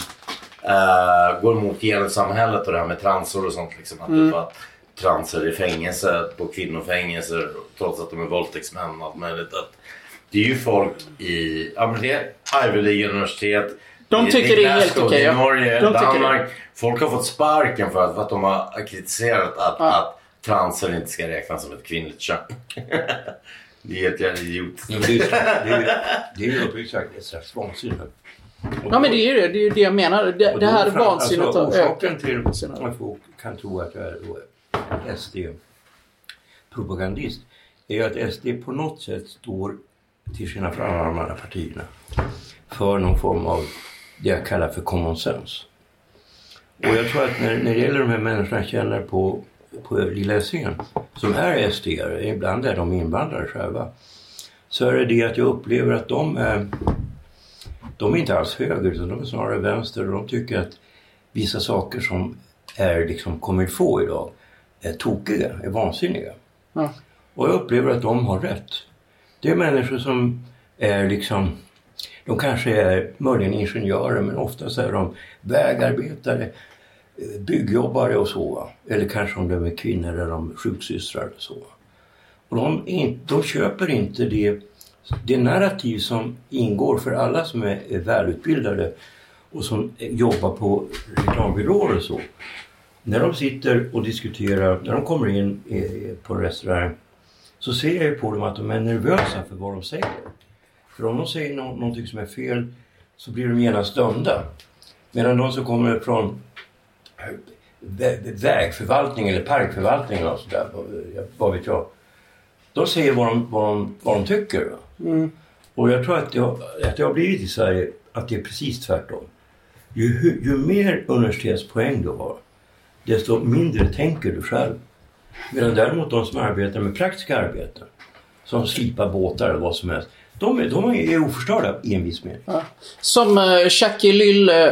går emot genussamhället och det här med transor och sånt liksom. Att transer i fängelse, på kvinnofängelser, trots att de är våldtäktsmän och allt möjligt. Det är ju folk i Ivy League universitet. De tycker det är helt okej. I Norge, Danmark. Folk har fått sparken för att de har kritiserat att transer inte ska räknas som ett kvinnligt kön. Det är helt jävla idiot. Det är ju uppriktigt sagt ett slags vansinne. Ja, men det är ju det jag menar. Det här är vansinnet alltså, orsaken till att folk kan tro att jag är SD-propagandist är att SD på något sätt står till skillnad från alla de andra partierna för någon form av det jag kallar för common sense. Och jag tror att när det gäller de här människorna känner på lilla Essingen som är SD-are, ibland är de invandrare själva, så är det att jag upplever att de är inte alls höger utan de är snarare vänster, och de tycker att vissa saker som är liksom kommer få idag är tokiga, är vansinniga. Ja. Och jag upplever att de har rätt. Det är människor som är liksom, de kanske är möjligen ingenjörer, men ofta så är de vägarbetare, byggjobbare och så. Eller kanske om de är kvinnor eller de sjuksystrar och så. Och de köper inte det narrativ som ingår för alla som är välutbildade och som jobbar på reklambyråer och så. När de sitter och diskuterar, när de kommer in på en restaurang, så ser jag ju på dem att de är nervösa för vad de säger. För om de säger någonting som är fel så blir de genast dömda. Medan de som kommer från vägförvaltning eller parkförvaltning och sådär, vad vet jag, de säger vad de tycker. Och jag tror att jag har blivit i Sverige att det är precis tvärtom. Ju mer universitetspoäng du har, desto mindre tänker du själv. Medan däremot de som arbetar med praktiska arbeten, som slipar båtar eller vad som helst, de är oförstörda i en viss mening. Ja. Som Jacques Ellul,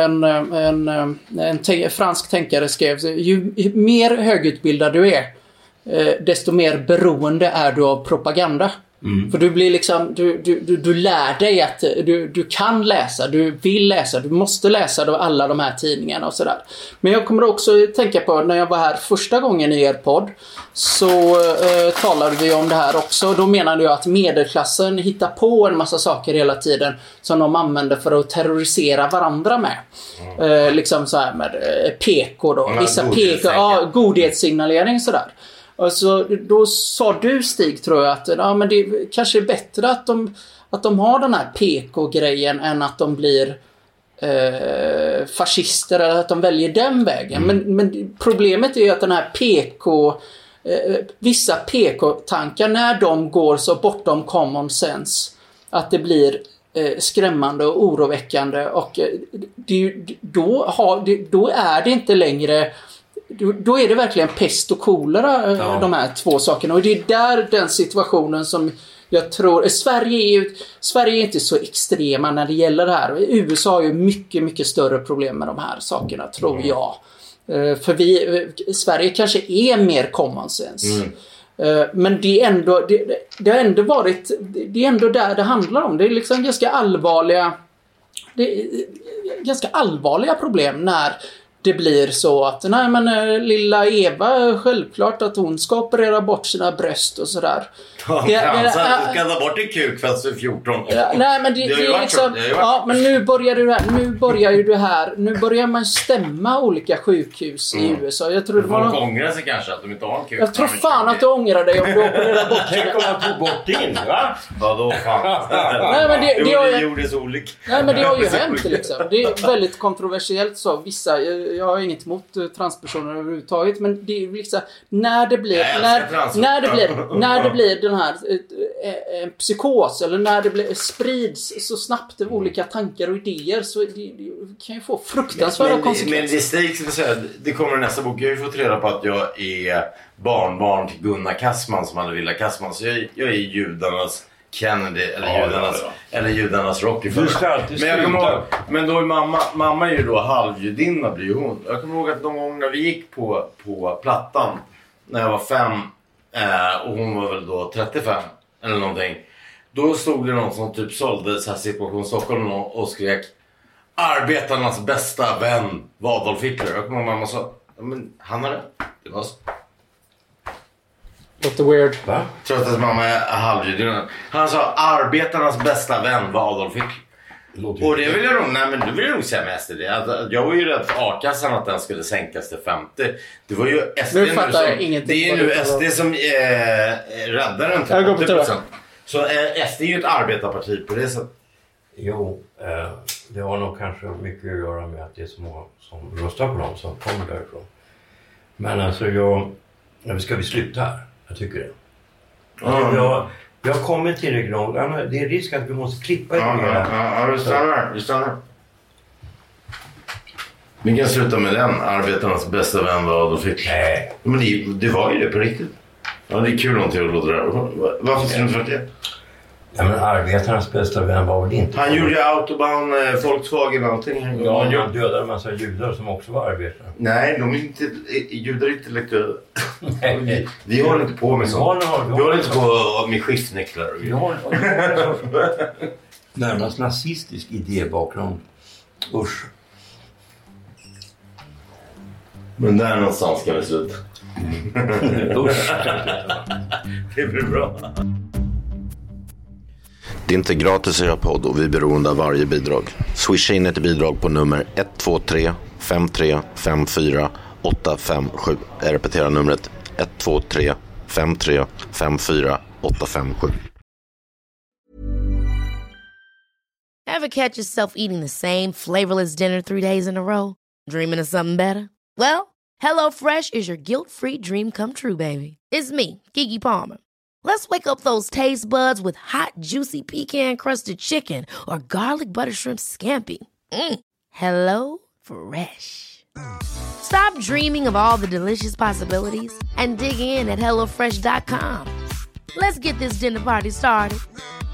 en fransk tänkare, skrev, ju mer högutbildad du är, desto mer beroende är du av propaganda. För du blir liksom, du lär dig att du kan läsa, du vill läsa, du måste läsa då alla de här tidningarna och sådär. Men jag kommer också tänka på, när jag var här första gången i er podd, så talade vi om det här också. Då menade jag att medelklassen hittar på en massa saker hela tiden som de använder för att terrorisera varandra med. Liksom så här med PK då, vissa PK, godhetssignalering sådär. Och så, då sa du, Stig, tror jag, att ja, men det kanske är bättre att de har den här PK-grejen än att de blir fascister, eller att de väljer den vägen. Men problemet är ju att den här vissa PK-tankar, när de går så bortom common sense, att det blir skrämmande och oroväckande, och då är det inte längre, då är det verkligen pest och kolera, de här två sakerna. Och det är där den situationen som jag tror, Sverige är inte så extrema när det gäller det här. USA har ju mycket, mycket större problem med de här sakerna, tror jag. För Sverige kanske är mer common sense. Men det är ändå där det handlar om. Det är liksom ganska allvarliga problem när det blir så att lilla Eva, självklart att hon ska operera bort sina bröst och sådär. Du ska ta bort en kuk för att du är 14. Nej, men det är liksom, men nu börjar man stämma olika sjukhus i USA. Jag tror folk ångrar sig kanske att de inte har en kuk. Jag tror fan att du ångrar dig om du opererar bort. Tänk om man tog bort din, va? Vadå fan? Nej, men det gjorde så olik. Nej, men det har ju hänt liksom. Det är väldigt kontroversiellt så. Vissa, jag har inget emot transpersoner överhuvudtaget, men det är liksom när det blir den här en psykos, eller när det sprids så snabbt olika tankar och idéer, så det kan ju få fruktansvärda konsekvenser. Men det kommer i nästa bok. Jag har ju fått reda på att jag är barnbarn till Gunnar Kassman, som hade Villa Kassman, så jag är judarnas Kennedy eller judarnas Rockefeller. Men då är mamma är ju då halvjudinna, blir ju hon. Jag kommer ihåg att de gånger vi gick på Plattan när jag var 5 och hon var väl då 35 eller någonting. Då stod det någon som typ sålde så här Situation Stockholm och skrek: arbetarnas bästa vän var Adolf Hitler. Jag kommer ihåg mamma sa: men han har det var så. Låter weird. Va? Trots att mamma är halvjudinna. Han sa arbetarnas bästa vän var Adolf Hitler. Och det vill jag nog säga med SD det. Jag var ju rädd för A-kassan, att den skulle sänkas till 50. Det var ju SD nu som, det är nu SD som räddar den till 80%. Så SD är ju ett arbetarparti på det sättet. Jo, det har nog kanske mycket att göra med att det är så många som röstar på dem som kommer därifrån. Men alltså ska vi sluta här? Jag tycker det. Jag har kommit tillräckligt långt. Det är risk att vi måste klippa i det här. Vi stannar. Vi kan sluta med den. Arbetarnas bästa vän var Adolf Hitler. Nej. Men det var ju det på riktigt. Ja, det är kul om till att låta det där. Varför ska du för det? Ja, men arbetarnas bästa vän var väl inte... Han gjorde Autobahn, Volkswagen och allting. Ja, han dödade en massa judar som också var arbetare. Nej, de är inte... Judar är inte intellektuella. Vi håller inte på med sånt. Vi håller inte på med skiftnycklar. Vi har närmast nazistisk idébakgrund. Usch. Men där någonstans ska vi sluta. Usch. Det blir bra. Det är inte gratis att göra podd och vi är beroende av varje bidrag. Swisha in ett bidrag på nummer 123 5354 857. Jag repeterar numret 123 5354 857. Ever catch yourself eating the same flavorless dinner 3 days in a row? Dreaming of something better? Well, HelloFresh is your guilt-free dream come true, baby. It's me, Keke Palmer. Let's wake up those taste buds with hot, juicy pecan-crusted chicken or garlic butter shrimp scampi. Hello Fresh. Stop dreaming of all the delicious possibilities and dig in at HelloFresh.com. Let's get this dinner party started.